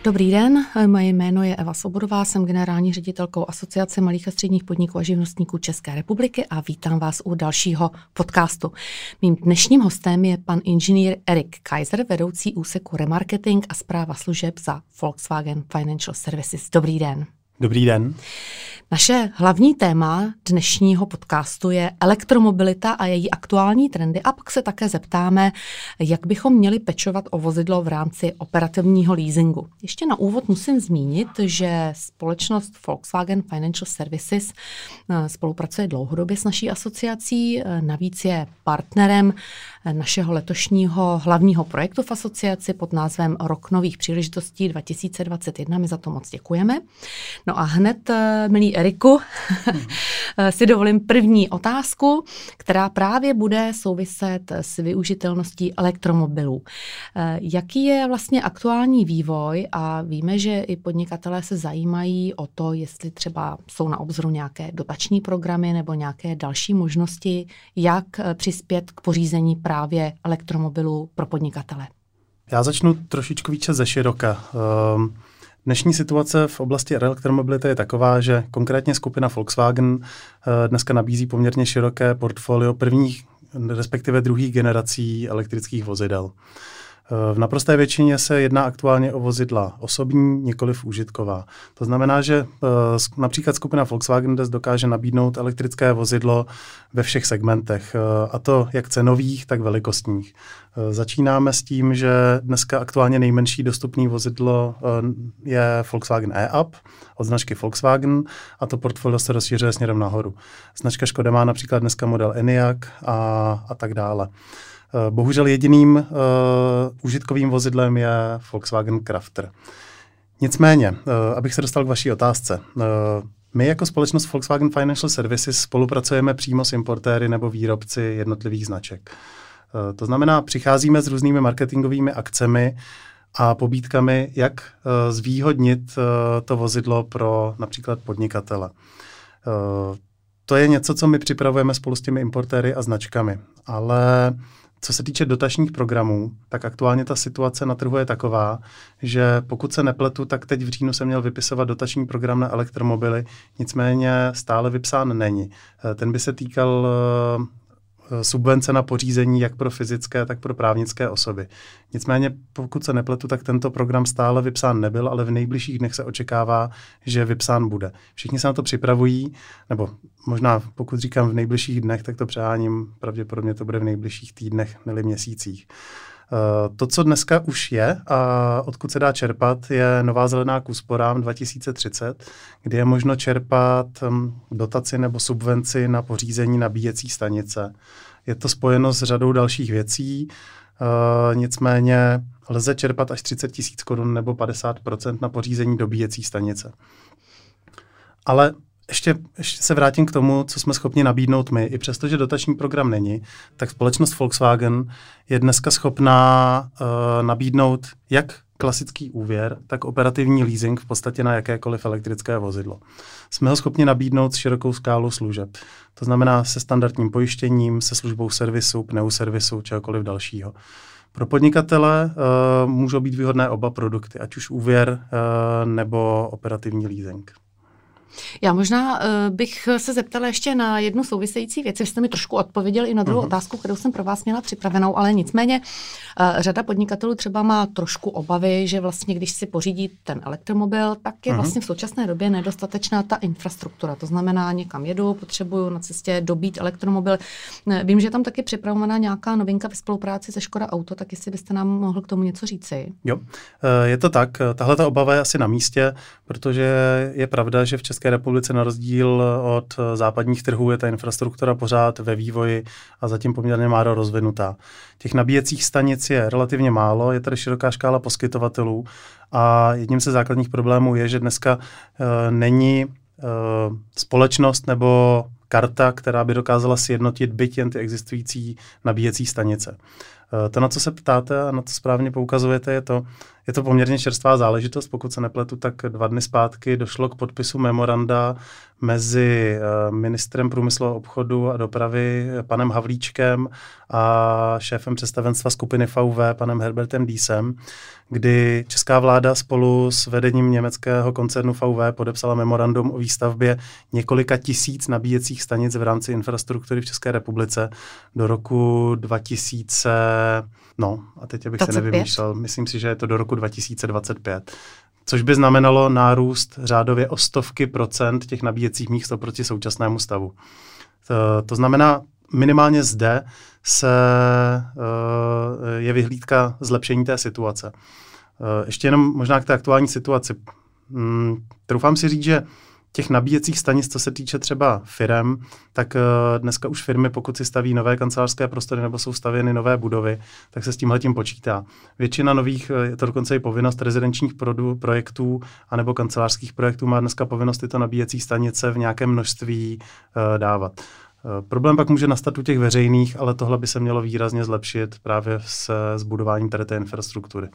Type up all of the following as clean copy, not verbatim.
Dobrý den, moje jméno je Eva Svobodová, jsem generální ředitelkou Asociace malých a středních podniků a živnostníků České republiky a vítám vás u dalšího podcastu. Mým dnešním hostem je pan inženýr Erik Kaiser, vedoucí úseku remarketing a správa služeb za Volkswagen Financial Services. Dobrý den. Dobrý den. Naše hlavní téma dnešního podcastu je elektromobilita a její aktuální trendy a pak se také zeptáme, jak bychom měli pečovat o vozidlo v rámci operativního leasingu. Ještě na úvod musím zmínit, že společnost Volkswagen Financial Services spolupracuje dlouhodobě s naší asociací, navíc je partnerem našeho letošního hlavního projektu v asociaci pod názvem Rok nových příležitostí 2021. My za to moc děkujeme. No a hned, milý Eriku, si dovolím první otázku, která právě bude souviset s využitelností elektromobilů. Jaký je vlastně aktuální vývoj a víme, že i podnikatelé se zajímají o to, jestli třeba jsou na obzoru nějaké dotační programy nebo nějaké další možnosti, jak přispět k pořízení právě elektromobilů pro podnikatele. Já začnu trošičku více ze široka. Dnešní situace v oblasti elektromobility je taková, že konkrétně skupina Volkswagen dneska nabízí poměrně široké portfolio prvních, respektive druhých generací elektrických vozidel. V naprosté většině se jedná aktuálně o vozidla osobní, nikoliv užitková. To znamená, že například skupina Volkswagen dnes dokáže nabídnout elektrické vozidlo ve všech segmentech, a to jak cenových, tak velikostních. Začínáme s tím, že dneska aktuálně nejmenší dostupný vozidlo je Volkswagen e-up od značky Volkswagen a to portfolio se rozšiřuje směrem nahoru. Značka Škoda má například dneska model Enyaq a tak dále. Bohužel jediným užitkovým vozidlem je Volkswagen Crafter. Nicméně, abych se dostal k vaší otázce, my jako společnost Volkswagen Financial Services spolupracujeme přímo s importéry nebo výrobci jednotlivých značek. To znamená, přicházíme s různými marketingovými akcemi a pobídkami, jak zvýhodnit to vozidlo pro například podnikatele. To je něco, co my připravujeme spolu s těmi importéry a značkami, ale co se týče dotačních programů, tak aktuálně ta situace na trhu je taková, že pokud se nepletu, tak teď v říjnu se měl vypisovat dotační program na elektromobily, nicméně stále vypsán není. Ten by se týkal subvence na pořízení jak pro fyzické, tak pro právnické osoby. Nicméně, pokud se nepletu, tak tento program stále vypsán nebyl, ale v nejbližších dnech se očekává, že vypsán bude. Všichni se na to připravují, nebo možná pokud říkám v nejbližších dnech, tak to přeháním, pravděpodobně to bude v nejbližších týdnech, nebo měsících. To, co dneska už je a odkud se dá čerpat, je nová zelená k úsporám 2030, kdy je možno čerpat dotaci nebo subvenci na pořízení nabíjecí stanice. Je to spojeno s řadou dalších věcí, nicméně lze čerpat až 30 000 korun nebo 50% na pořízení dobíjecí stanice. Ale ještě se vrátím k tomu, co jsme schopni nabídnout my. I přesto, že dotační program není, tak společnost Volkswagen je dneska schopná nabídnout jak klasický úvěr, tak operativní leasing v podstatě na jakékoliv elektrické vozidlo. Jsme ho schopni nabídnout s širokou skálou služeb. To znamená se standardním pojištěním, se službou servisu, pneuservisu, čehokoliv dalšího. Pro podnikatele můžou být výhodné oba produkty, ať už úvěr nebo operativní leasing. Já možná bych se zeptala ještě na jednu související věc. Vy jste mi trošku odpověděl i na druhou otázku, kterou jsem pro vás měla připravenou, ale nicméně řada podnikatelů třeba má trošku obavy, že vlastně když si pořídí ten elektromobil, tak je vlastně v současné době nedostatečná ta infrastruktura. To znamená, někam jedu, potřebuju na cestě dobít elektromobil. Vím, že je tam taky připravovaná nějaká novinka ve spolupráci se Škoda Auto, tak jestli byste nám mohl k tomu něco říci. Jo, je to tak. Tahle ta obava je asi na místě, protože je pravda, že v České republice na rozdíl od západních trhů je ta infrastruktura pořád ve vývoji a zatím poměrně málo rozvinutá. Těch nabíjecích stanic je relativně málo, je tady široká škála poskytovatelů a jedním ze základních problémů je, že dneska není společnost nebo karta, která by dokázala sjednotit byť jen ty existující nabíjecí stanice. To, na co se ptáte a na co správně poukazujete, je to, Je to poměrně čerstvá záležitost, pokud se nepletu, tak 2 dny zpátky došlo k podpisu memoranda mezi ministrem průmyslu a obchodu a dopravy panem Havlíčkem a šéfem představenstva skupiny VW panem Herbertem Diessem, kdy česká vláda spolu s vedením německého koncernu VW podepsala memorandum o výstavbě několika tisíc nabíjecích stanic v rámci infrastruktury v České republice do roku 2000, a teď abych 25? Se nevymýšlel, myslím si, že je to do roku 2025. Což by znamenalo nárůst řádově o 100% těch nabíjecích míst oproti současnému stavu. To znamená, minimálně zde je vyhlídka zlepšení té situace. Ještě jenom možná k té aktuální situaci. Troufám si říct, že těch nabíjecích stanic, co se týče třeba firem, tak dneska už firmy, pokud si staví nové kancelářské prostory nebo jsou stavěny nové budovy, tak se s tímhletím počítá. Většina nových, je to dokonce i povinnost rezidenčních projektů anebo kancelářských projektů, má dneska povinnost tyto nabíjecí stanice v nějakém množství dávat. Problém pak může nastat u těch veřejných, ale tohle by se mělo výrazně zlepšit právě s budováním té infrastruktury.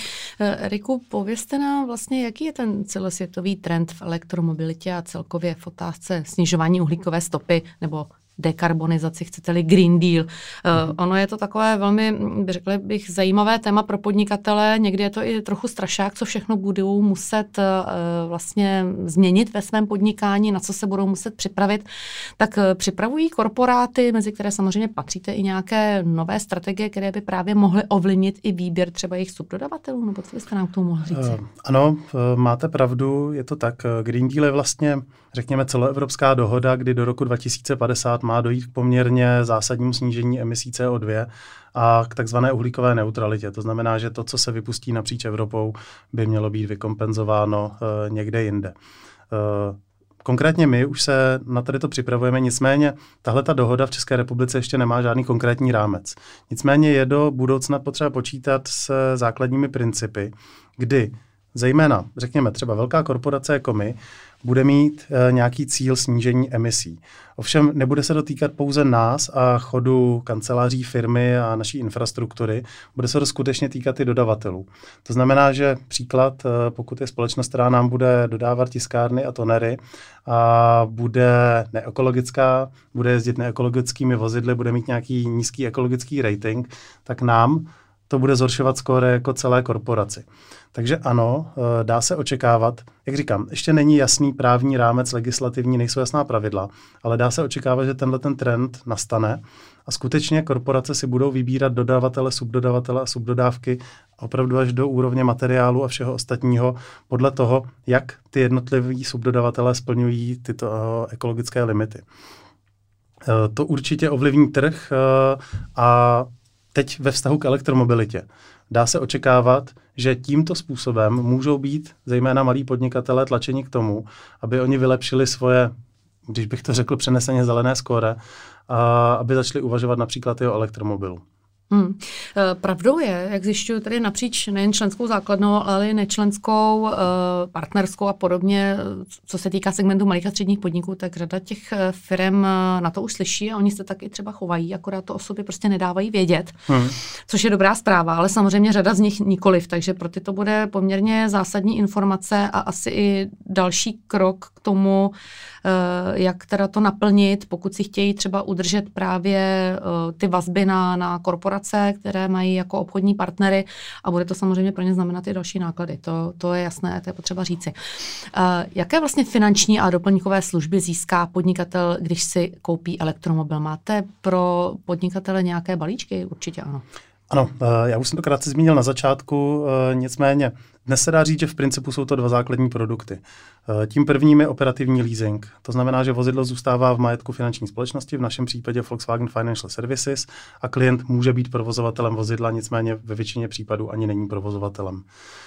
Riku, povězte nám vlastně, jaký je ten celosvětový trend v elektromobilitě a celkově v otázce snižování uhlíkové stopy nebo dekarbonizaci, chcete-li Green Deal. Ono je to takové velmi, řekla bych, zajímavé téma pro podnikatele. Někdy je to i trochu strašák, co všechno budou muset vlastně změnit ve svém podnikání, na co se budou muset připravit. Tak připravují korporáty, mezi které samozřejmě patříte i nějaké nové strategie, které by právě mohly ovlivnit i výběr třeba jejich subdodavatelů? Nebo co byste nám k tomu mohli říct? Ano, máte pravdu, je to tak. Green Deal je vlastně, řekněme, celoevropská dohoda, kdy do roku 2050 má dojít k poměrně zásadnímu snížení emisí CO2 a k takzvané uhlíkové neutralitě. To znamená, že to, co se vypustí napříč Evropou, by mělo být vykompenzováno někde jinde. Konkrétně my už se na tady to připravujeme, nicméně tahleta dohoda v České republice ještě nemá žádný konkrétní rámec. Nicméně je do budoucna potřeba počítat s základními principy, kdy zejména, řekněme, třeba velká korporace jako my, bude mít nějaký cíl snížení emisí. Ovšem nebude se dotýkat pouze nás a chodu kanceláří, firmy a naší infrastruktury, bude se to skutečně týkat i dodavatelů. To znamená, že příklad, pokud je společnost, která nám bude dodávat tiskárny a tonery a bude neekologická, bude jezdit neekologickými vozidly, bude mít nějaký nízký ekologický rating, tak nám to bude zhoršovat skóre jako celé korporaci. Takže ano, dá se očekávat, jak říkám, ještě není jasný právní rámec legislativní, nejsou jasná pravidla, ale dá se očekávat, že tenhle ten trend nastane a skutečně korporace si budou vybírat dodavatele, subdodavatele a subdodávky opravdu až do úrovně materiálu a všeho ostatního podle toho, jak ty jednotliví subdodavatelé splňují tyto ekologické limity. To určitě ovlivní trh a teď ve vztahu k elektromobilitě. Dá se očekávat, že tímto způsobem můžou být zejména malí podnikatelé tlačeni k tomu, aby oni vylepšili svoje, když bych to řekl, přeneseně zelené skóre, a aby začali uvažovat například i o elektromobilu. Pravdou je, jak zjišťuju tady napříč nejen členskou základnou, ale i nečlenskou, partnerskou a podobně, co se týká segmentu malých a středních podniků, tak řada těch firm na to už slyší a oni se tak i třeba chovají, akorát to o sobě prostě nedávají vědět, což je dobrá zpráva, ale samozřejmě řada z nich nikoliv, takže pro ty to bude poměrně zásadní informace a asi i další krok k tomu, jak teda to naplnit, pokud si chtějí třeba udržet právě ty vazby na korporace, které mají jako obchodní partnery a bude to samozřejmě pro ně znamenat i další náklady. To je jasné, to je potřeba říci. Jaké vlastně finanční a doplňkové služby získá podnikatel, když si koupí elektromobil? Máte pro podnikatele nějaké balíčky? Určitě ano. Ano, já už jsem to krátce zmínil na začátku, nicméně dnes se dá říct, že v principu jsou to 2 základní produkty. Tím prvním je operativní leasing. To znamená, že vozidlo zůstává v majetku finanční společnosti, v našem případě Volkswagen Financial Services, a klient může být provozovatelem vozidla, nicméně ve většině případů ani není provozovatelem.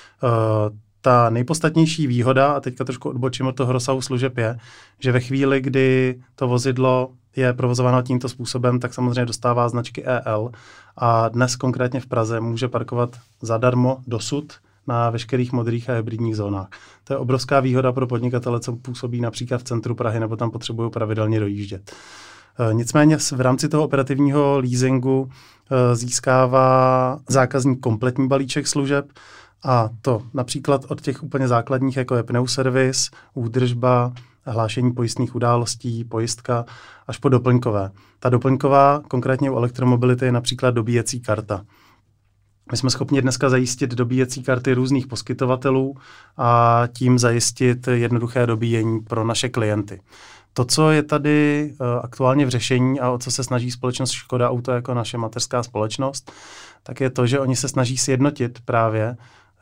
Ta nejpodstatnější výhoda, a teďka trošku odbočím od toho rozsahu služeb, je, že ve chvíli, kdy to vozidlo je provozováno tímto způsobem, tak samozřejmě dostává značky EL a dnes konkrétně v Praze může parkovat zadarmo dosud na veškerých modrých a hybridních zónách. To je obrovská výhoda pro podnikatele, co působí například v centru Prahy nebo tam potřebují pravidelně dojíždět. Nicméně v rámci toho operativního leasingu získává zákazník kompletní balíček služeb A to například od těch úplně základních, jako je pneuservis, údržba, hlášení pojistných událostí, pojistka, až po doplňkové. Ta doplňková, konkrétně u elektromobility, je například dobíjecí karta. My jsme schopni dneska zajistit dobíjecí karty různých poskytovatelů a tím zajistit jednoduché dobíjení pro naše klienty. To, co je tady aktuálně v řešení a o co se snaží společnost Škoda Auto jako naše mateřská společnost, tak je to, že oni se snaží sjednotit právě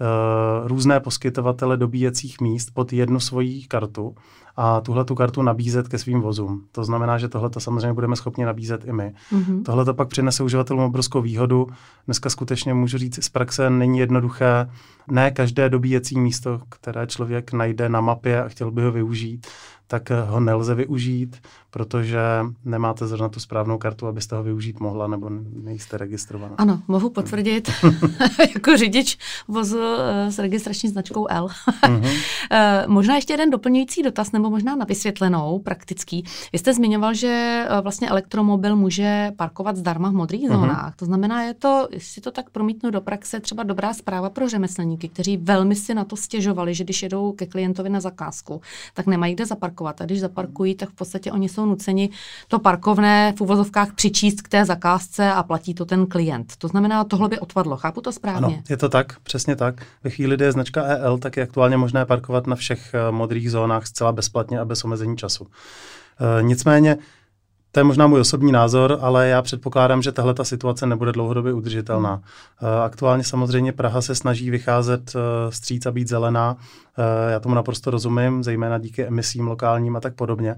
různé poskytovatele dobíjecích míst pod jednu svoji kartu a tuhletu kartu nabízet ke svým vozům. To znamená, že tohleto samozřejmě budeme schopni nabízet i my. Tohleto pak přinese uživatelům obrovskou výhodu. Dneska skutečně můžu říct z praxe, není jednoduché. Ne každé dobíjecí místo, které člověk najde na mapě a chtěl by ho využít, tak ho nelze využít, protože nemáte zrovna tu správnou kartu, abyste ho využít mohla, nebo nejste registrovaná. Ano, mohu potvrdit jako řidič vozu s registrační značkou L. Možná ještě jeden doplňující dotaz, nebo možná na vysvětlenou, praktický. Vy jste zmiňoval, že vlastně elektromobil může parkovat zdarma v modrých zónách. To znamená, je to, jestli to tak promítnu do praxe, třeba dobrá zpráva pro řemeslníky, kteří velmi si na to stěžovali, že když jedou ke klientovi na zakázku, tak nemají kde zaparkovat. A když zaparkují, tak v podstatě oni jsou nuceni to parkovné v uvozovkách přičíst k té zakázce a platí to ten klient. To znamená, tohle by odpadlo. Chápu to správně? Ano, je to tak, přesně tak. Ve chvíli, kdy je značka EL, tak je aktuálně možné parkovat na všech modrých zónách zcela bezplatně a bez omezení času. Nicméně, to je možná můj osobní názor, ale já předpokládám, že tahle ta situace nebude dlouhodobě udržitelná. Aktuálně samozřejmě Praha se snaží vycházet vstříc a být zelená. Já tomu naprosto rozumím, zejména díky emisím lokálním a tak podobně.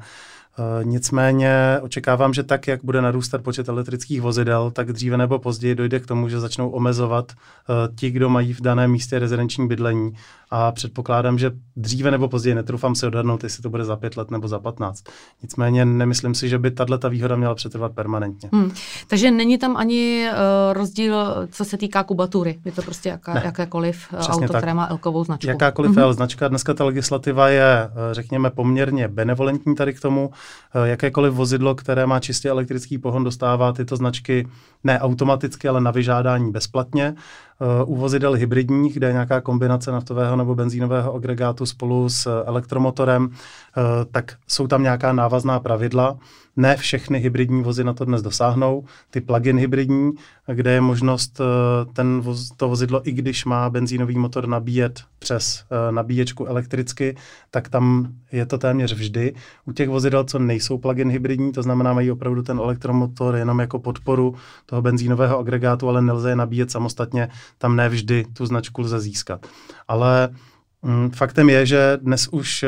Nicméně očekávám, že tak, jak bude narůstat počet elektrických vozidel, tak dříve nebo později dojde k tomu, že začnou omezovat ti, kdo mají v daném místě rezidenční bydlení. A předpokládám, že dříve nebo později, netroufám si odhadnout, jestli to bude za 5 let nebo za 15. Nicméně nemyslím si, že by tato výhoda měla přetrvat permanentně. Takže není tam ani rozdíl, co se týká kubatury. Je to prostě jakékoliv auto, tak, které má L-kovou značku. Jakákoliv L značka. Dneska ta legislativa je, řekněme, poměrně benevolentní tady k tomu. Jakékoliv vozidlo, které má čistě elektrický pohon, dostává tyto značky ne automaticky, ale na vyžádání bezplatně. U vozidel hybridních, kde je nějaká kombinace naftového nebo benzínového agregátu spolu s elektromotorem, tak jsou tam nějaká návazná pravidla. Ne všechny hybridní vozy na to dnes dosáhnou. Ty plug-in hybridní, kde je možnost to vozidlo, i když má benzínový motor, nabíjet přes nabíječku elektricky, tak tam je to téměř vždy. U těch vozidel, co nejsou plug-in hybridní, to znamená, mají opravdu ten elektromotor jenom jako podporu toho benzínového agregátu, ale nelze je nabíjet samostatně, tam ne vždy tu značku lze získat. Ale faktem je, že dnes už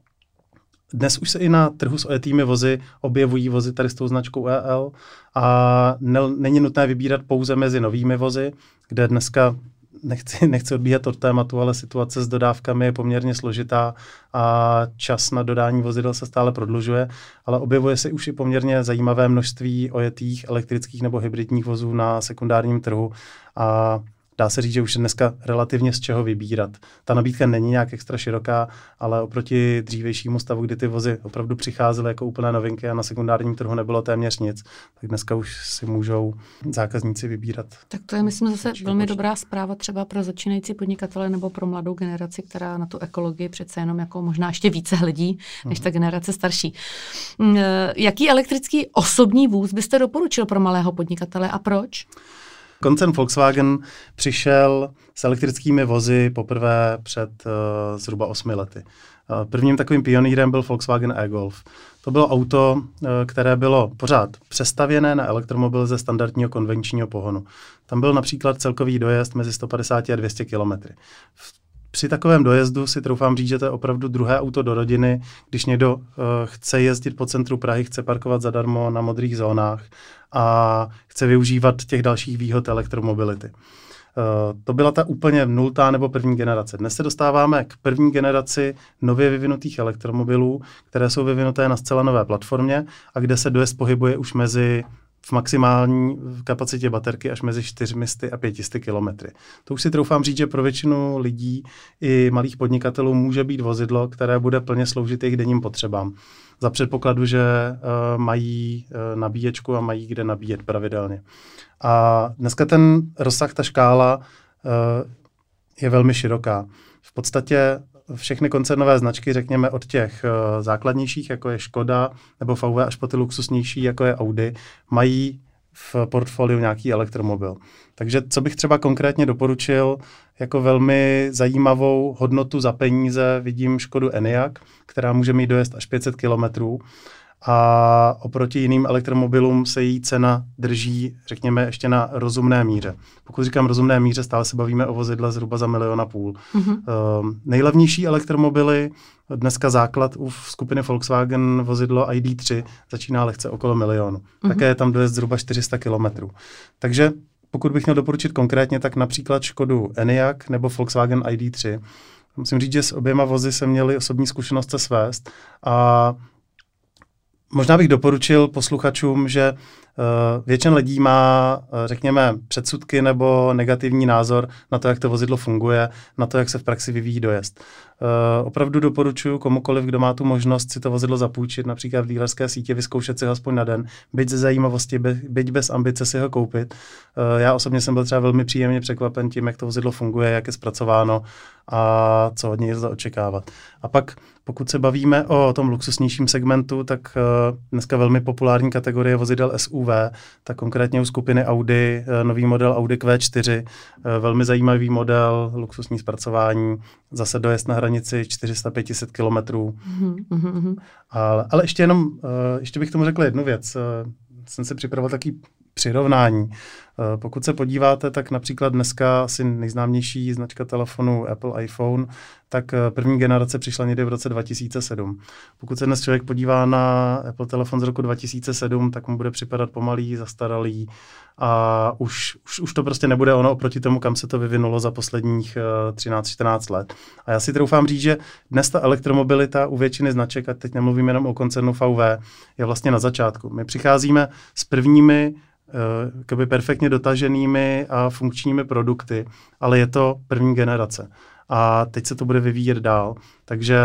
se i na trhu s ojetými vozy objevují vozy tady s tou značkou EL a není nutné vybírat pouze mezi novými vozy, kde dneska nechci odbíhat od tématu, ale situace s dodávkami je poměrně složitá a čas na dodání vozidel se stále prodlužuje, ale objevuje se už i poměrně zajímavé množství ojetých elektrických nebo hybridních vozů na sekundárním trhu a dá se říct, že už je dneska relativně z čeho vybírat. Ta nabídka není nějak extra široká, ale oproti dřívějšímu stavu, kdy ty vozy opravdu přicházely jako úplné novinky a na sekundárním trhu nebylo téměř nic, tak dneska už si můžou zákazníci vybírat. Tak to je, myslím, zase velmi dobrá zpráva třeba pro začínající podnikatele nebo pro mladou generaci, která na tu ekologii přece jenom jako možná ještě více hledí, než ta generace starší. Jaký elektrický osobní vůz byste doporučil pro malého podnikatele a proč? Koncern Volkswagen přišel s elektrickými vozy poprvé před zhruba 8 lety. Prvním takovým pionýrem byl Volkswagen e-Golf. To bylo auto, které bylo pořád přestavěné na elektromobil ze standardního konvenčního pohonu. Tam byl například celkový dojezd mezi 150 a 200 km. Při takovém dojezdu si troufám říct, že to je opravdu druhé auto do rodiny, když někdo chce jezdit po centru Prahy, chce parkovat zadarmo na modrých zónách a chce využívat těch dalších výhod elektromobility. To byla ta úplně nultá nebo první generace. Dnes se dostáváme k první generaci nově vyvinutých elektromobilů, které jsou vyvinuté na zcela nové platformě a kde se dojezd pohybuje už v maximální kapacitě baterky až mezi 400 a 500 kilometry. To už si troufám říct, že pro většinu lidí i malých podnikatelů může být vozidlo, které bude plně sloužit jejich denním potřebám. Za předpokladu, že mají nabíječku a mají kde nabíjet pravidelně. A dneska ten rozsah, ta škála je velmi široká. V podstatě všechny koncernové značky, řekněme od těch základnějších, jako je Škoda, nebo VW, až po ty luxusnější, jako je Audi, mají v portfoliu nějaký elektromobil. Takže co bych třeba konkrétně doporučil, jako velmi zajímavou hodnotu za peníze vidím Škodu Enyaq, která může mít dojezd až 500 kilometrů. A oproti jiným elektromobilům se její cena drží, řekněme, ještě na rozumné míře. Pokud říkám rozumné míře, stále se bavíme o vozidle zhruba za 1,5 milionu. Nejlevnější elektromobily, dneska základ u skupiny Volkswagen vozidlo ID.3 začíná lehce okolo 1 milionu. Také je tam dojezd zhruba 400 kilometrů. Takže pokud bych měl doporučit konkrétně, tak například Škodu Enyaq nebo Volkswagen ID.3. Musím říct, že s oběma vozy jsem měli osobní zkušenost se svést a možná bych doporučil posluchačům, že většina lidí má, řekněme, předsudky nebo negativní názor na to, jak to vozidlo funguje, na to, jak se v praxi vyvíjí dojezd. Opravdu doporučuji komukoliv, kdo má tu možnost si to vozidlo zapůjčit, například v dílerské síti, vyzkoušet si ho aspoň na den, byť ze zajímavosti, byť bez ambice si ho koupit. Já osobně jsem byl třeba velmi příjemně překvapen tím, jak to vozidlo funguje, jak je zpracováno a co od něj lze očekávat. A pak, pokud se bavíme o tom luxusnějším segmentu, tak dneska velmi populární kategorie vozidel SUV, tak konkrétně u skupiny Audi, nový model Audi Q4, velmi zajímavý model, luxusní zpracování, zase dojezd na hranici 400-500 kilometrů. Ale ještě bych tomu řekl jednu věc. Jsem si připravil takový přirovnání. Pokud se podíváte, tak například dneska asi nejznámější značka telefonu Apple iPhone, tak první generace přišla někdy v roce 2007. Pokud se dnes člověk podívá na Apple telefon z roku 2007, tak mu bude připadat pomalý, zastaralý a už to prostě nebude ono oproti tomu, kam se to vyvinulo za posledních 13-14 let. A já si troufám říct, že dnes ta elektromobilita u většiny značek, a teď nemluvím jenom o koncernu VW, je vlastně na začátku. My přicházíme s prvními perfektně dotaženými a funkčními produkty, ale je to první generace. A teď se to bude vyvíjet dál. Takže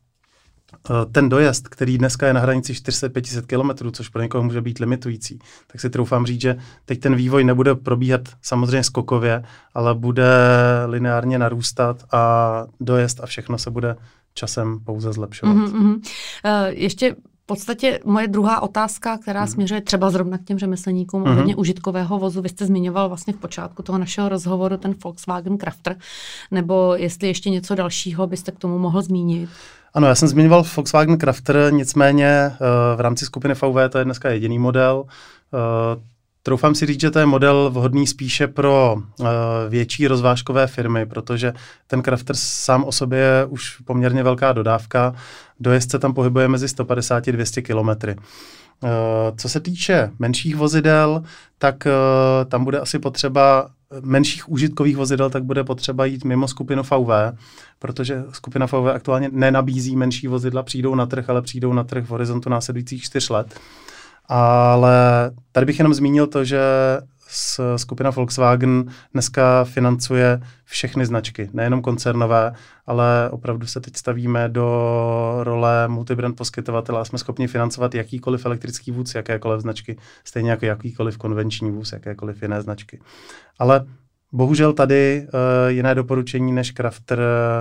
ten dojezd, který dneska je na hranici 400-500 km, což pro někoho může být limitující, tak si troufám říct, že teď ten vývoj nebude probíhat samozřejmě skokově, ale bude lineárně narůstat a dojezd a všechno se bude časem pouze zlepšovat. Ještě v podstatě moje druhá otázka, která směřuje třeba zrovna k těm řemeslníkům ohledně užitkového vozu. Vy jste zmiňoval vlastně v počátku toho našeho rozhovoru ten Volkswagen Crafter, nebo jestli ještě něco dalšího byste k tomu mohl zmínit? Ano, já jsem zmiňoval Volkswagen Crafter, nicméně v rámci skupiny VW to je dneska jediný model. Troufám si říct, že to je model vhodný spíše pro větší rozvážkové firmy, protože ten Crafter sám o sobě je už poměrně velká dodávka. Dojezd se tam pohybuje mezi 150 a 200 kilometry. Co se týče menších vozidel, tak tam bude asi potřeba menších užitkových vozidel, tak bude potřeba jít mimo skupinu VW, protože skupina VW aktuálně nenabízí menší vozidla, přijdou na trh, ale přijdou na trh v horizontu následujících 4 let. Ale tady bych jenom zmínil to, že skupina Volkswagen dneska financuje všechny značky, nejenom koncernové, ale opravdu se teď stavíme do role multibrand poskytovatele a jsme schopni financovat jakýkoliv elektrický vůz, jakékoliv značky, stejně jako jakýkoliv konvenční vůz, jakékoliv jiné značky. Ale bohužel tady jiné doporučení než Crafter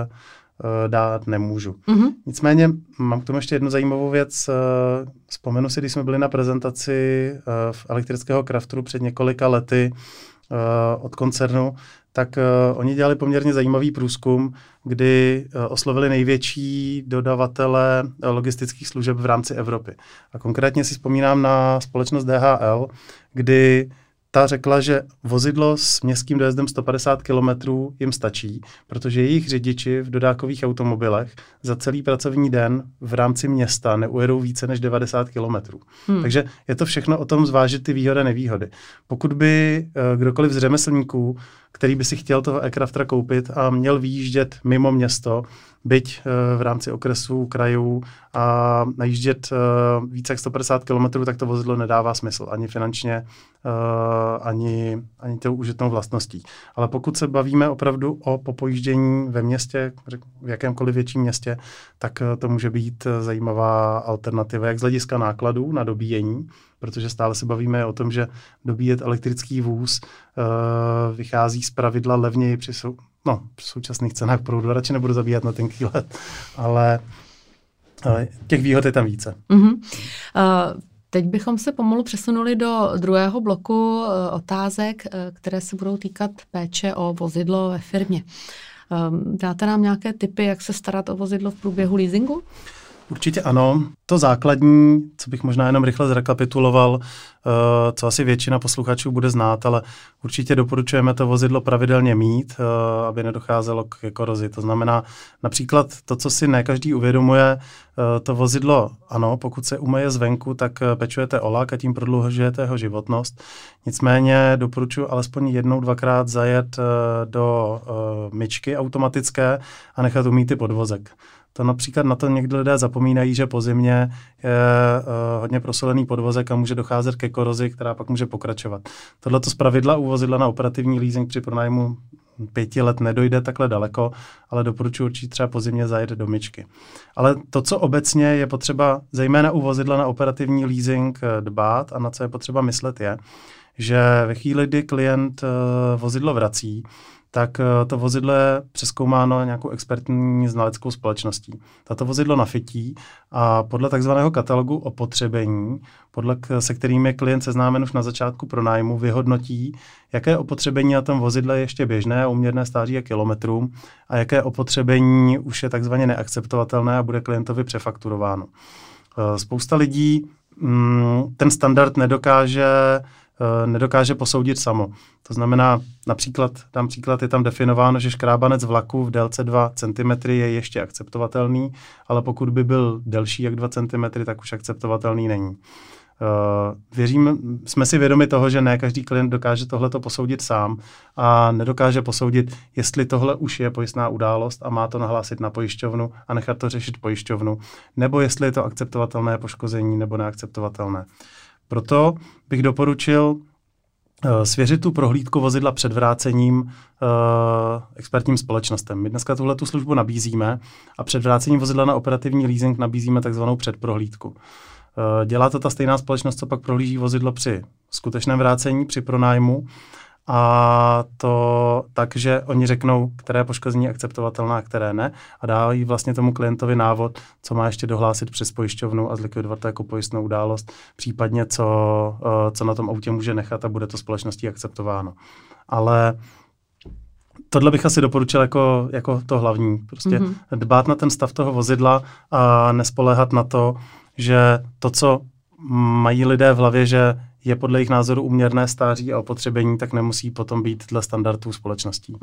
dát nemůžu. Nicméně mám k tomu ještě jednu zajímavou věc. Vzpomenu si, když jsme byli na prezentaci v elektrického Crafteru před několika lety od koncernu, tak oni dělali poměrně zajímavý průzkum, kdy oslovili největší dodavatele logistických služeb v rámci Evropy. A konkrétně si vzpomínám na společnost DHL, kdy ta řekla, že vozidlo s městským dojezdem 150 km jim stačí, protože jejich řidiči v dodávkových automobilech za celý pracovní den v rámci města neujedou více než 90 km. Takže je to všechno o tom zvážit ty výhody a nevýhody. Pokud by kdokoliv z řemeslníků, který by si chtěl toho e-Craftera koupit a měl vyjíždět mimo město, byť v rámci okresů, krajů a najíždět více jak 150 km, tak to vozidlo nedává smysl ani finančně, ani tou užitnou vlastností. Ale pokud se bavíme opravdu o popojíždění ve městě, v jakémkoliv větším městě, tak to může být zajímavá alternativa, jak z hlediska nákladů na dobíjení, protože stále se bavíme o tom, že dobíjet elektrický vůz vychází zpravidla levněji v současných cenách proudu radši nebudu zabíhat na tenký let, ale těch výhod je tam více. Teď bychom se pomalu přesunuli do druhého bloku otázek, které se budou týkat péče o vozidlo ve firmě. Dáte nám nějaké tipy, jak se starat o vozidlo v průběhu leasingu? Určitě ano. To základní, co bych možná jenom rychle zrekapituloval, co asi většina posluchačů bude znát, ale určitě doporučujeme to vozidlo pravidelně mít, aby nedocházelo k korozi. To znamená například to, co si ne každý uvědomuje, to vozidlo, ano, pokud se umeje zvenku, tak pečujete o lak a tím prodlužujete jeho životnost. Nicméně doporučuji alespoň 1-2krát zajet do myčky automatické a nechat umýt i podvozek. To například na to někdy lidé zapomínají, že po zimě je hodně prosolený podvozek a může docházet ke korozi, která pak může pokračovat. Tohleto zpravidla u vozidla na operativní leasing při pronájmu 5 let nedojde takhle daleko, ale doporučuji určitě třeba po zimě zajet do myčky. Ale to, co obecně je potřeba, zejména u vozidla na operativní leasing dbát a na co je potřeba myslet je, že ve chvíli, kdy klient vozidlo vrací, tak to vozidlo je přezkoumáno nějakou expertní znaleckou společností. Tato vozidlo nafytí a podle takzvaného katalogu opotřebení, se kterým je klient seznámen už na začátku pronájmu, vyhodnotí, jaké opotřebení na tom vozidle je ještě běžné a úměrné stáří a kilometrům a jaké opotřebení už je takzvaně neakceptovatelné a bude klientovi přefakturováno. Spousta lidí ten standard nedokáže posoudit samo. To znamená, dám příklad, je tam definováno, že škrábanec vlaku v délce 2 cm je ještě akceptovatelný, ale pokud by byl delší jak 2 cm, tak už akceptovatelný není. Jsme si vědomi toho, že ne každý klient dokáže tohleto posoudit sám a nedokáže posoudit, jestli tohle už je pojistná událost a má to nahlásit na pojišťovnu a nechat to řešit pojišťovnu, nebo jestli je to akceptovatelné poškození nebo neakceptovatelné. Proto bych doporučil svěřit tu prohlídku vozidla před vrácením expertním společnostem. My dneska tuhletu službu nabízíme a před vrácením vozidla na operativní leasing nabízíme takzvanou předprohlídku. Dělá to ta stejná společnost, co pak prohlíží vozidlo při skutečném vrácení, při pronájmu. A to tak, že oni řeknou, které poškození je akceptovatelné a které ne a dávají vlastně tomu klientovi návod, co má ještě dohlásit přes pojišťovnu a zlikvidovat to jako pojistnou událost, případně co na tom autě může nechat a bude to společností akceptováno. Ale tohle bych asi doporučil jako to hlavní. Prostě dbát na ten stav toho vozidla a nespoléhat na to, že to, co mají lidé v hlavě, že je podle jejich názoru úměrné stáří a opotřebení, tak nemusí potom být dle standardů společností.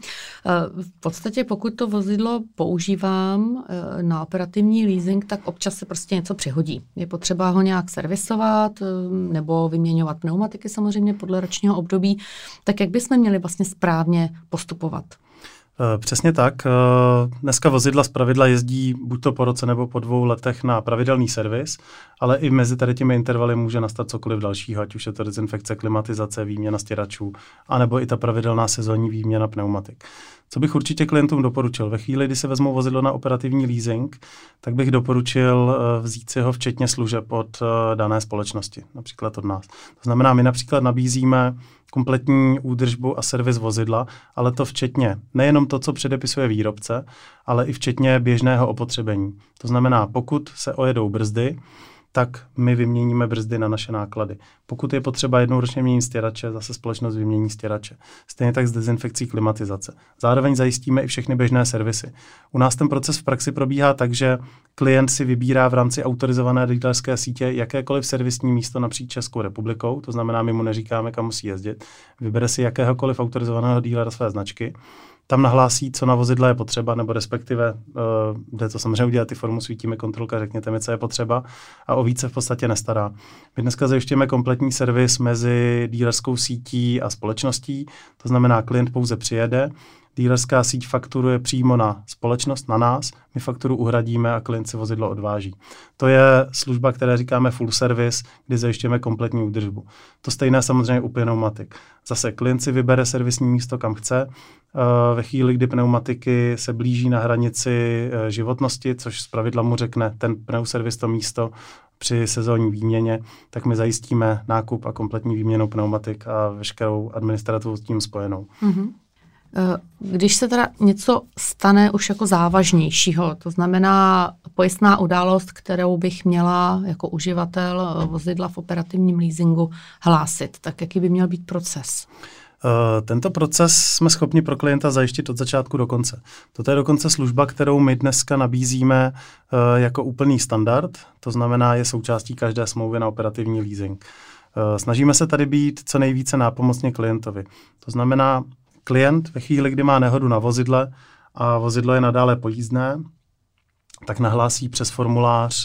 V podstatě, pokud to vozidlo používám na operativní leasing, tak občas se prostě něco přihodí. Je potřeba ho nějak servisovat nebo vyměňovat pneumatiky samozřejmě podle ročního období. Tak jak bychom měli vlastně správně postupovat? Přesně tak. Dneska vozidla zpravidla jezdí buď to po roce nebo po 2 letech na pravidelný servis, ale i mezi tady těmi intervaly může nastat cokoliv dalšího, ať už je to dezinfekce, klimatizace, výměna stěračů, anebo i ta pravidelná sezónní výměna pneumatik. Co bych určitě klientům doporučil? Ve chvíli, kdy se vezmou vozidlo na operativní leasing, tak bych doporučil vzít si ho včetně služeb od dané společnosti, například od nás. To znamená, my například nabízíme kompletní údržbu a servis vozidla, ale to včetně nejenom to, co předepisuje výrobce, ale i včetně běžného opotřebení. To znamená, pokud se ojedou brzdy, tak my vyměníme brzdy na naše náklady. Pokud je potřeba jednou ročně měnit stěrače, zase společnost vymění stěrače. Stejně tak s dezinfekcí, klimatizace. Zároveň zajistíme i všechny běžné servisy. U nás ten proces v praxi probíhá tak, že klient si vybírá v rámci autorizované dealerské sítě jakékoliv servisní místo napříč Českou republikou, to znamená, my mu neříkáme, kam musí jezdit. Vybere si jakéhokoliv autorizovaného dealera své značky, tam nahlásí, co na vozidle je potřeba, nebo respektive jde to samozřejmě udělat, ty formu svítíme, kontrolka, řekněte mi, co je potřeba a o více v podstatě nestará. My dneska zajišťujeme kompletní servis mezi dealerskou sítí a společností, to znamená, klient pouze přijede, dealerská síť fakturuje přímo na společnost, na nás, my fakturu uhradíme a klient si vozidlo odváží. To je služba, které říkáme full service, kdy zajišťujeme kompletní údržbu. To stejné samozřejmě u pneumatik. Zase klient si vybere servisní místo, kam chce. Ve chvíli, kdy pneumatiky se blíží na hranici životnosti, což zpravidla mu řekne ten pneuservis, to místo při sezónní výměně, tak my zajistíme nákup a kompletní výměnu pneumatik a veškerou administrativu s tím spojenou. Když se teda něco stane už jako závažnějšího, to znamená pojistná událost, kterou bych měla jako uživatel vozidla v operativním leasingu hlásit, tak jaký by měl být proces? Tento proces jsme schopni pro klienta zajistit od začátku do konce. Toto je dokonce služba, kterou my dneska nabízíme jako úplný standard, to znamená je součástí každé smlouvy na operativní leasing. Snažíme se tady být co nejvíce nápomocně klientovi. To znamená, klient ve chvíli, kdy má nehodu na vozidle a vozidlo je nadále pojízdné, tak nahlásí přes formulář,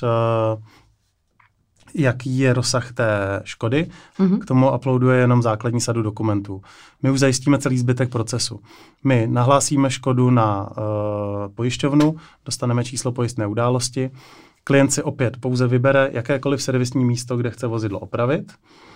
jaký je rozsah té škody. K tomu uploaduje jenom základní sadu dokumentů. My už zajistíme celý zbytek procesu. My nahlásíme škodu na pojišťovnu, dostaneme číslo pojistné události, klient si opět pouze vybere jakékoliv servisní místo, kde chce vozidlo opravit.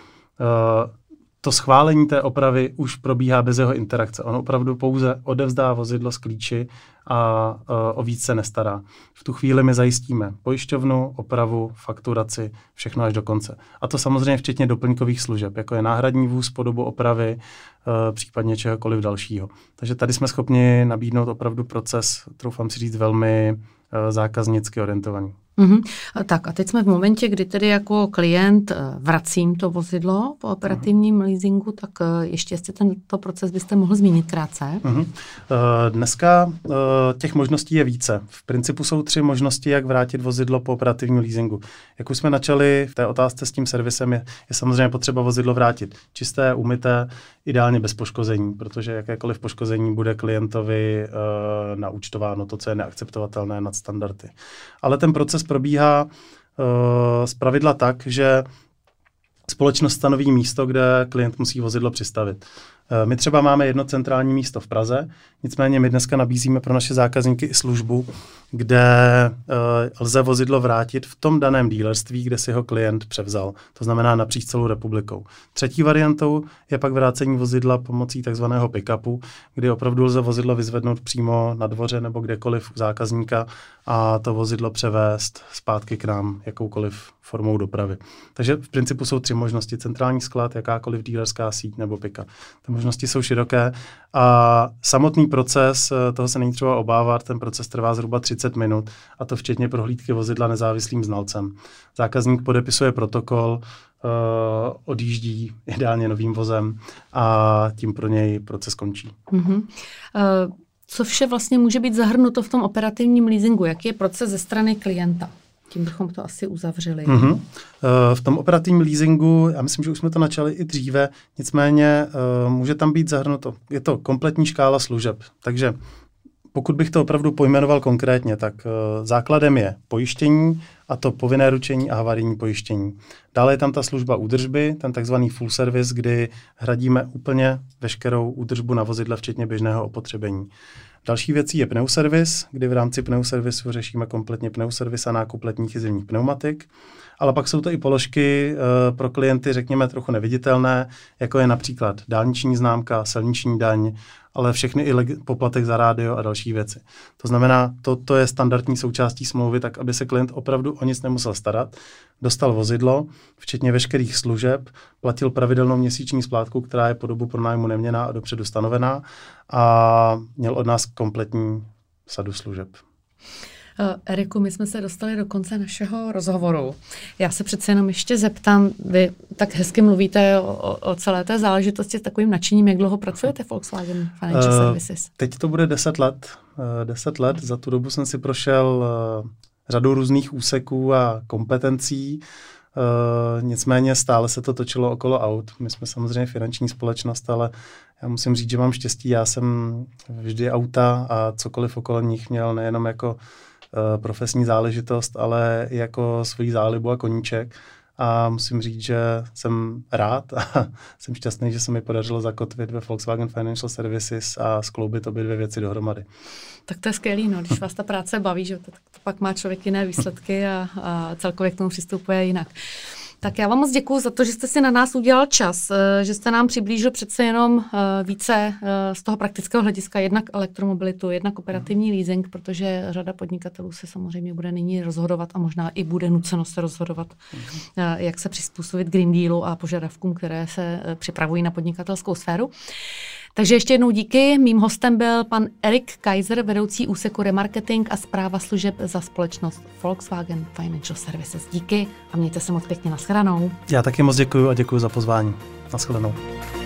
To schválení té opravy už probíhá bez jeho interakce. On opravdu pouze odevzdá vozidlo z klíči a o víc se nestará. V tu chvíli my zajistíme pojišťovnu, opravu, fakturaci, všechno až do konce. A to samozřejmě včetně doplňkových služeb, jako je náhradní vůz po dobu opravy, případně čehokoliv dalšího. Takže tady jsme schopni nabídnout opravdu proces, troufám si říct, velmi zákaznicky orientovaný. Tak a teď jsme v momentě, kdy tedy jako klient vracím to vozidlo po operativním leasingu, tak ještě jestli tento proces byste mohl zmínit krátce. Dneska těch možností je více. V principu jsou 3 možnosti, jak vrátit vozidlo po operativním leasingu. Jak už jsme načali v té otázce s tím servisem, je samozřejmě potřeba vozidlo vrátit čisté, umyté, ideálně bez poškození, protože jakékoliv poškození bude klientovi naúčtováno, to, co je neakceptovatelné nad standardy. Ale ten proces probíhá zpravidla tak, že společnost stanoví místo, kde klient musí vozidlo přistavit. My třeba máme jedno centrální místo v Praze, nicméně my dneska nabízíme pro naše zákazníky i službu, kde lze vozidlo vrátit v tom daném dealerství, kde si ho klient převzal. To znamená napříč celou republikou. Třetí variantou je pak vrácení vozidla pomocí takzvaného pick-upu, kdy opravdu lze vozidlo vyzvednout přímo na dvoře nebo kdekoliv u zákazníka a to vozidlo převést zpátky k nám jakoukoliv formou dopravy. Takže v principu jsou 3 možnosti. Centrální sklad, jakákoliv dealerská síť nebo pick-up. Ty možnosti jsou široké a samotný proces, toho se není třeba obávat, ten proces trvá zhruba 30 minut a to včetně prohlídky vozidla nezávislým znalcem. Zákazník podepisuje protokol, odjíždí ideálně novým vozem a tím pro něj proces končí. Co vše vlastně může být zahrnuto v tom operativním leasingu? Jaký je proces ze strany klienta? Tím bychom to asi uzavřeli. V tom operativním leasingu, já myslím, že už jsme to načali i dříve, nicméně může tam být zahrnuto. Je to kompletní škála služeb, takže pokud bych to opravdu pojmenoval konkrétně, tak základem je pojištění, a to povinné ručení a havarijní pojištění. Dále je tam ta služba údržby, ten takzvaný full service, kdy hradíme úplně veškerou údržbu na vozidle, včetně běžného opotřebení. Další věcí je pneuservis, kdy v rámci pneuservisu řešíme kompletně pneuservis a nákup letních i zimních pneumatik. Ale pak jsou to i položky pro klienty, řekněme, trochu neviditelné, jako je například dálniční známka, silniční daň, ale všechny i poplatek za rádio a další věci. To znamená, to je standardní součástí smlouvy, tak aby se klient opravdu o nic nemusel starat. Dostal vozidlo, včetně veškerých služeb, platil pravidelnou měsíční splátku, která je po dobu pronájmu neměnná a dopředu stanovená a měl od nás kompletní sadu služeb. Eriku, my jsme se dostali do konce našeho rozhovoru. Já se přece jenom ještě zeptám, vy tak hezky mluvíte o celé té záležitosti s takovým nadšením, jak dlouho pracujete Volkswagen Financial Services? Teď to bude 10 let. 10 let, za tu dobu jsem si prošel řadu různých úseků a kompetencí, nicméně stále se to točilo okolo aut. My jsme samozřejmě finanční společnost, ale já musím říct, že mám štěstí. Já jsem vždy auta a cokoliv okolo nich měl nejenom jako profesní záležitost, ale i jako svoji zálibu a koníček. A musím říct, že jsem rád a jsem šťastný, že se mi podařilo zakotvit ve Volkswagen Financial Services a skloubit obě 2 věci dohromady. Tak to je skvělý, no, když vás ta práce baví, že to pak má člověk jiné výsledky a celkově k tomu přistupuje jinak. Tak já vám moc děkuju za to, že jste si na nás udělal čas, že jste nám přiblížil přece jenom více z toho praktického hlediska, jednak elektromobilitu, jednak operativní leasing, protože řada podnikatelů se samozřejmě bude nyní rozhodovat a možná i bude nuceno se rozhodovat, jak se přizpůsobit Green Dealu a požadavkům, které se připravují na podnikatelskou sféru. Takže ještě jednou díky. Mým hostem byl pan Erik Kaiser, vedoucí úseku remarketing a správa služeb za společnost Volkswagen Financial Services. Díky a mějte se moc pěkně, nashledanou. Já taky moc děkuji a děkuji za pozvání. Nashledanou.